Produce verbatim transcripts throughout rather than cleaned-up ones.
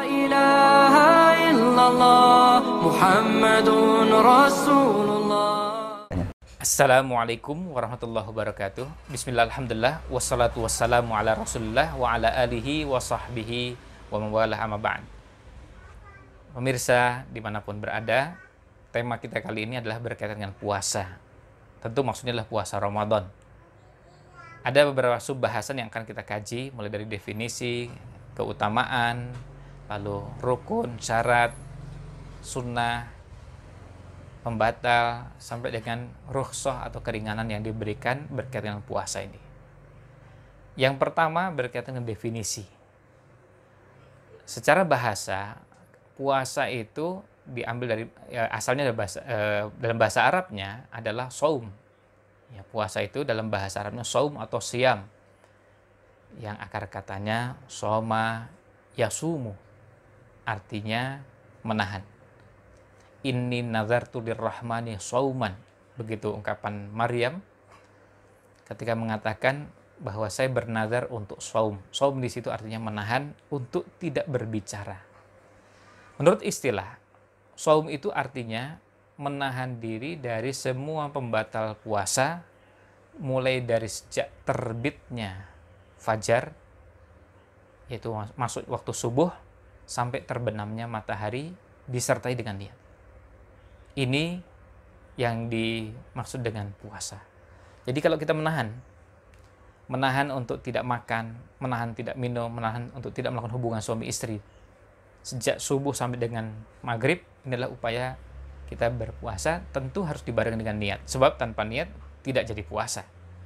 إله إلا الله محمد رسول الله. Assalamualaikum warahmatullahi wabarakatuh. Bismillah, alhamdulillah, wassalatu wassalamu ala rasulillah wa ala alihi wa sahbihi wa mawalah amma ba'd. Pemirsa dimanapun berada, tema kita kali ini adalah berkaitan dengan puasa. Tentu maksudnya adalah puasa Ramadan. Ada beberapa sub-bahasan yang akan kita kaji, mulai dari definisi, keutamaan, lalu rukun, syarat, sunnah, pembatal, sampai dengan rukhsah atau keringanan yang diberikan berkaitan dengan puasa ini. Yang pertama berkaitan dengan definisi. Secara bahasa, puasa itu diambil dari ya, asalnya dari bahasa, eh, dalam bahasa Arabnya adalah shaum. Ya, puasa itu dalam bahasa Arabnya shaum atau siam, yang akar katanya shoma yasumu, artinya menahan. Inni nazartu lirrahmani shauman, begitu ungkapan Maryam ketika mengatakan bahwa saya bernazar untuk shaum. Shaum di situ artinya menahan, untuk tidak berbicara. Menurut istilah, shaum itu artinya menahan diri dari semua pembatal puasa, mulai dari sejak terbitnya fajar, yaitu masuk waktu subuh, sampai terbenamnya matahari, disertai dengan niat. Ini yang dimaksud dengan puasa. Jadi kalau kita menahan, menahan untuk tidak makan, menahan tidak minum, menahan untuk tidak melakukan hubungan suami istri, sejak subuh sampai dengan maghrib, inilah upaya kita berpuasa. Tentu harus dibarengi dengan niat, sebab tanpa niat tidak jadi puasa.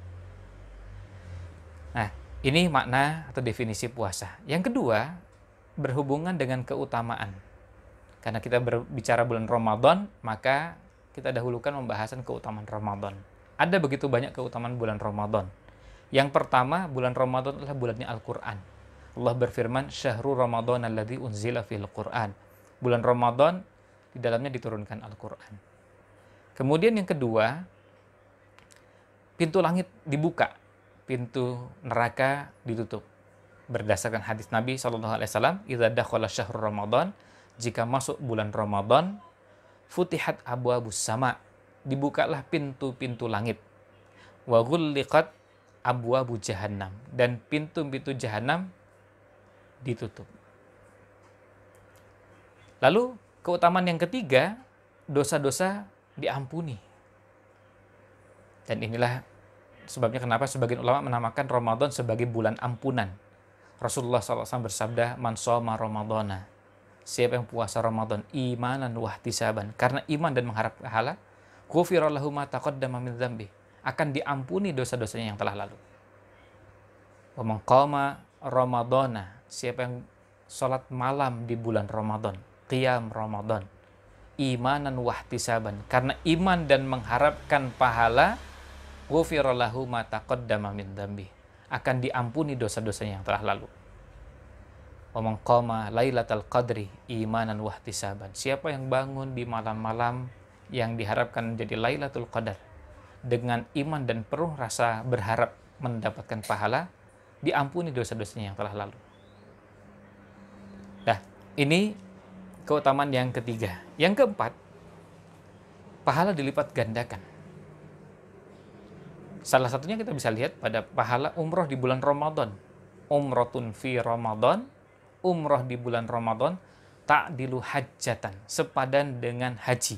Nah, ini makna atau definisi puasa. Yang kedua, berhubungan dengan keutamaan. Karena kita berbicara bulan Ramadan, maka kita dahulukan pembahasan keutamaan Ramadan. Ada begitu banyak keutamaan bulan Ramadan. Yang pertama, bulan Ramadan adalah bulannya Al-Quran. Allah berfirman, Syahrul Ramadan alladzi unzila fil Quran. Bulan Ramadan, di dalamnya diturunkan Al-Quran. Kemudian yang kedua, pintu langit dibuka, pintu neraka ditutup. Berdasarkan hadis Nabi shallallahu alaihi wasallam, idza dakhala syahrul Ramadan, jika masuk bulan Ramadan, futihat abwabus sama, dibukalah pintu-pintu langit. Wa ghulliqat abwabu jahannam, dan pintu-pintu jahannam ditutup. Lalu keutamaan yang ketiga, dosa-dosa diampuni. Dan inilah sebabnya kenapa sebagian ulama menamakan Ramadan sebagai bulan ampunan. Rasulullah shallallahu alaihi wasallam bersabda, man shoma Ramadana, siapa yang puasa Ramadan imanan wahtisaban, karena iman dan mengharap pahala, ghufira lahu ma taqaddama min dzambi, akan diampuni dosa-dosanya yang telah lalu. Wa man qama Ramadana, siapa yang salat malam di bulan Ramadan, qiyam Ramadan, imanan wahtisaban, karena iman dan mengharapkan pahala, ghufira lahu ma taqaddama min dzambi, akan diampuni dosa-dosanya yang telah lalu. Wa man qama lailatal qadri imanan wahtisaban, siapa yang bangun di malam-malam yang diharapkan menjadi Lailatul Qadar dengan iman dan penuh rasa berharap mendapatkan pahala, diampuni dosa-dosanya yang telah lalu. Nah, ini keutamaan yang ketiga. Yang keempat, pahala dilipat gandakan. Salah satunya kita bisa lihat pada pahala umroh di bulan Ramadan. Umrotun fi Ramadan, umroh di bulan Ramadan, ta'dilu hajjatan, sepadan dengan haji.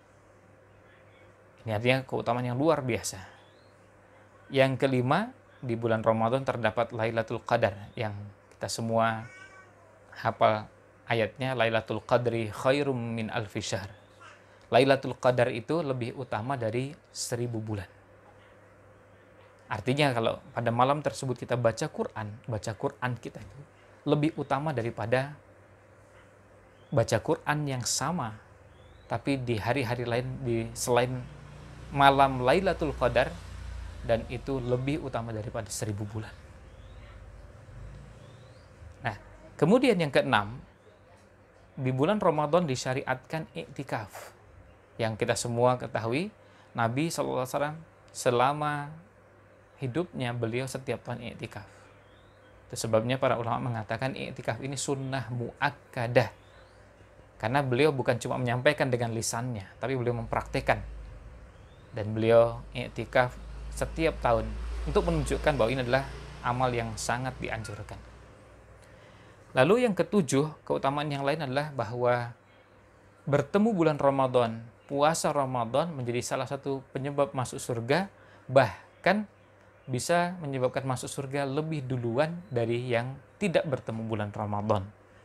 Ini artinya keutamaan yang luar biasa. Yang kelima, di bulan Ramadan terdapat Lailatul Qadar, yang kita semua hafal ayatnya, Lailatul Qadri khairum min alfi syahr. Lailatul Qadar itu lebih utama dari seribu bulan. Artinya kalau pada malam tersebut kita baca Quran, baca Quran kita itu lebih utama daripada baca Quran yang sama, tapi di hari-hari lain, di selain malam Lailatul Qadar, dan itu lebih utama daripada seribu bulan. Nah, kemudian yang keenam, di bulan Ramadan disyariatkan iktikaf. Yang kita semua ketahui, Nabi shallallahu alaihi wasallam selama hidupnya beliau setiap tahun iktikaf. Itu sebabnya para ulama mengatakan i'tikaf ini sunnah muakkadah. Karena beliau bukan cuma menyampaikan dengan lisannya, tapi beliau mempraktikkan. Dan beliau i'tikaf setiap tahun untuk menunjukkan bahwa ini adalah amal yang sangat dianjurkan. Lalu yang ketujuh, keutamaan yang lain adalah bahwa bertemu bulan Ramadan, puasa Ramadan menjadi salah satu penyebab masuk surga, bahkan bisa menyebabkan masuk surga lebih duluan dari yang tidak bertemu bulan Ramadan.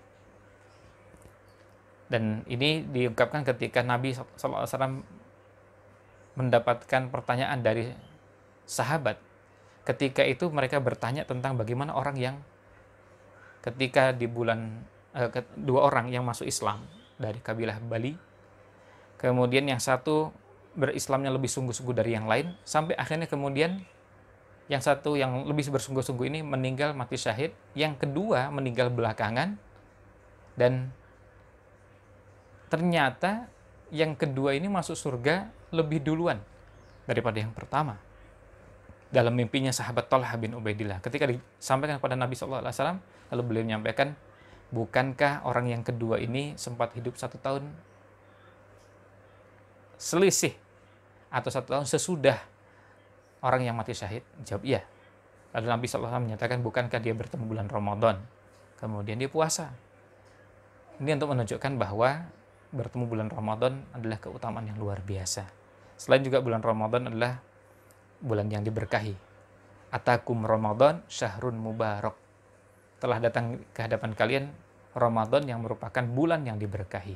Dan ini diungkapkan ketika Nabi shallallahu alaihi wasallam mendapatkan pertanyaan dari sahabat. Ketika itu mereka bertanya tentang bagaimana orang yang ketika di bulan eh, dua orang yang masuk Islam dari kabilah Bali, kemudian yang satu berislamnya lebih sungguh-sungguh dari yang lain, sampai akhirnya kemudian yang satu yang lebih bersungguh-sungguh ini meninggal mati syahid, yang kedua meninggal belakangan, dan ternyata yang kedua ini masuk surga lebih duluan daripada yang pertama. Dalam mimpinya sahabat Thalhah bin Ubaidillah, ketika disampaikan kepada Nabi shallallahu alaihi wasallam, lalu beliau menyampaikan, bukankah orang yang kedua ini sempat hidup satu tahun selisih atau satu tahun sesudah orang yang mati syahid? Jawab iya. Lalu Nabi shallallahu alaihi wasallam menyatakan, bukankah dia bertemu bulan Ramadan, kemudian dia puasa? Ini untuk menunjukkan bahwa bertemu bulan Ramadan adalah keutamaan yang luar biasa. Selain juga bulan Ramadan adalah bulan yang diberkahi. Atakum Ramadan syahrun mubarak. Telah datang ke hadapan kalian Ramadan yang merupakan bulan yang diberkahi.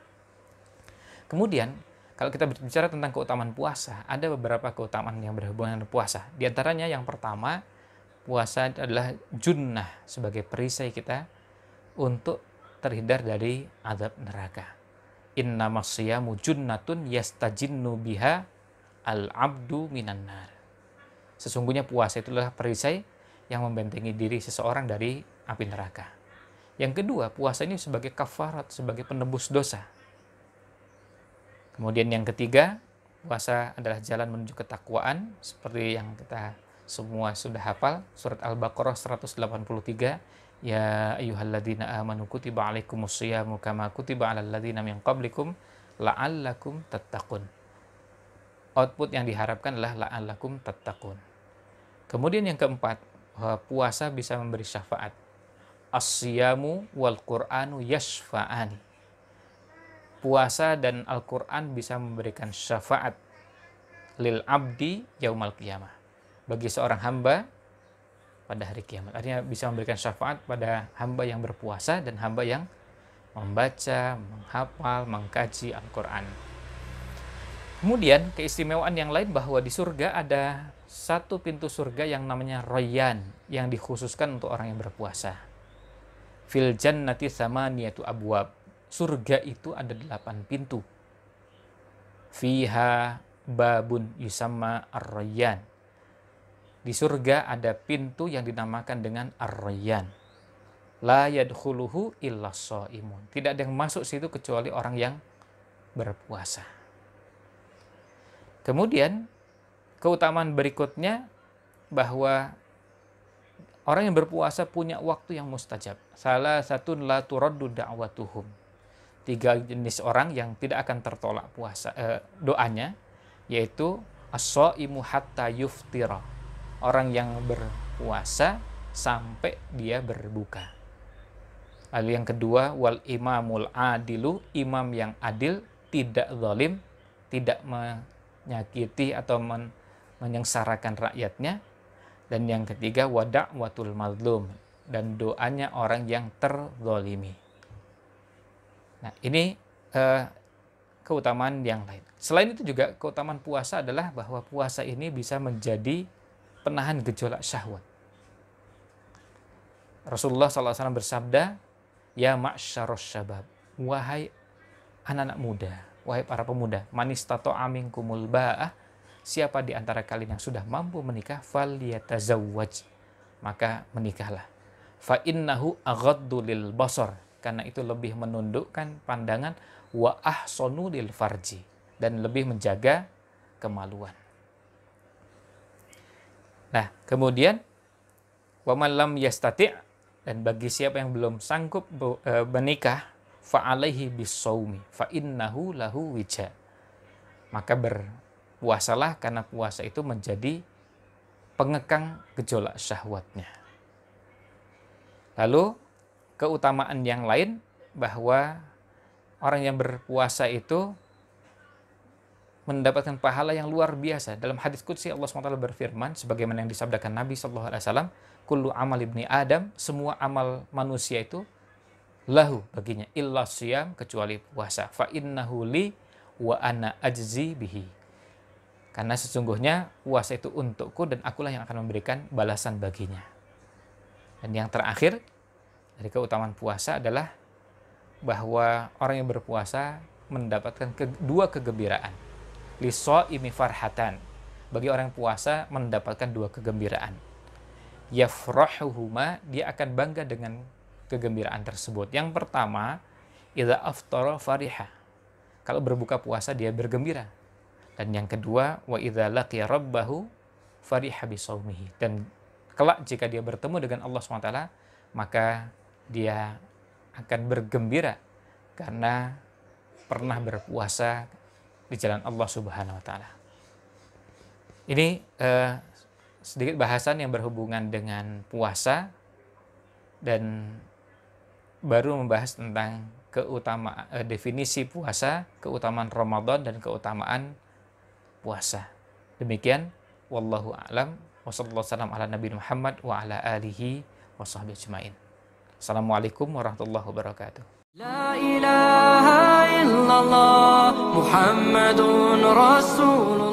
Kemudian, kalau kita berbicara tentang keutamaan puasa, ada beberapa keutamaan yang berhubungan dengan puasa. Di antaranya yang pertama, puasa adalah junnah sebagai perisai kita untuk terhindar dari azab neraka. Innamas siyamu junnatun yastajinnu biha al-abdu minan nar. Sesungguhnya puasa itulah perisai yang membentengi diri seseorang dari api neraka. Yang kedua, puasa ini sebagai kafarat, sebagai penebus dosa. Kemudian yang ketiga, puasa adalah jalan menuju ketakwaan, seperti yang kita semua sudah hafal, surat Al-Baqarah seratus delapan puluh tiga, ya ayyuhalladzina amanu kutiba alaikumusyiyamu kama kutiba alal ladzina min qablikum la'allakum tattaqun. Output yang diharapkan adalah la'allakum tattaqun. Kemudian yang keempat, puasa bisa memberi syafaat. As-siyamu wal Qur'anu yashfa'ani. Puasa dan Al-Qur'an bisa memberikan syafaat lil abdi yaumal qiyamah. Bagi seorang hamba pada hari kiamat. Artinya bisa memberikan syafaat pada hamba yang berpuasa dan hamba yang membaca, menghafal, mengkaji Al-Qur'an. Kemudian keistimewaan yang lain bahwa di surga ada satu pintu surga yang namanya Rayyan, yang dikhususkan untuk orang yang berpuasa. Fil jannati tsamaniyatu abwab. Surga itu ada delapan pintu. Fiha babun yusamma ar-Rayyan. Di surga ada pintu yang dinamakan dengan ar-Rayyan. La yadkhuluhu illa shaimun. Tidak ada yang masuk situ kecuali orang yang berpuasa. Kemudian keutamaan berikutnya bahwa orang yang berpuasa punya waktu yang mustajab. Salah satu la turaddu da'watuhum. Tiga jenis orang yang tidak akan tertolak puasa eh, doanya, yaitu as-shaimu hatta yuftira. Orang yang berpuasa sampai dia berbuka. Lalu yang kedua, wal imamul adilu, imam yang adil, tidak zalim, tidak menyakiti atau men menyengsarakan rakyatnya. Dan yang ketiga, wada'watul mazlum, dan doanya orang yang terzalimi. Nah, ini eh, keutamaan yang lain. Selain itu juga keutamaan puasa adalah bahwa puasa ini bisa menjadi penahan gejolak syahwat. Rasulullah shallallahu alaihi wasallam bersabda, ya ma'syarus syabab, wahai anak-anak muda, wahai para pemuda, manistato'a minkumul ba'ah, siapa di antara kalian yang sudah mampu menikah, falyatazawwaj, maka menikahlah. Fa innahu aghaddu lil basar, karena itu lebih menundukkan pandangan, wa ahsanu lil farji, dan lebih menjaga kemaluan. Nah, kemudian Wa man lam yastati', dan bagi siapa yang belum sanggup menikah, fa alaihi bisawmi fa innahu lahu wija. Maka berpuasalah, karena puasa itu menjadi pengekang gejolak syahwatnya. Lalu keutamaan yang lain, bahwa orang yang berpuasa itu mendapatkan pahala yang luar biasa. Dalam hadis qudsi Allah subhanahu wa taala berfirman, sebagaimana yang disabdakan Nabi sallallahu alaihi wasallam, kullu amal ibni Adam, semua amal manusia itu lahu, baginya, illa siyam, kecuali puasa. Fa innahu li wa ana ajzi bihi. Karena sesungguhnya puasa itu untukku dan akulah yang akan memberikan balasan baginya. Dan yang terakhir dari keutamaan puasa adalah bahwa orang yang berpuasa mendapatkan ke, dua kegembiraan. Lisoimi farhatan, bagi orang yang puasa mendapatkan dua kegembiraan. Yafrahuhuma, dia akan bangga dengan kegembiraan tersebut. Yang pertama, idza aftara fariha, kalau berbuka puasa dia bergembira. Dan yang kedua, wa idza laqiya rabbahu fariha bisaumihi, dan kelak jika dia bertemu dengan Allah subhanahu wa taala, maka dia akan bergembira karena pernah berpuasa di jalan Allah Subhanahu wa taala. Ini eh, sedikit bahasan yang berhubungan dengan puasa, dan baru membahas tentang keutamaan eh, definisi puasa, keutamaan Ramadan, dan keutamaan puasa. Demikian, wallahu a'lam, wa sallallahu wasallam ala nabi Muhammad wa ala alihi wa sahbihi ajmain. Assalamualaikum warahmatullahi wabarakatuh. La ilaha illallah Muhammadun Rasulullah.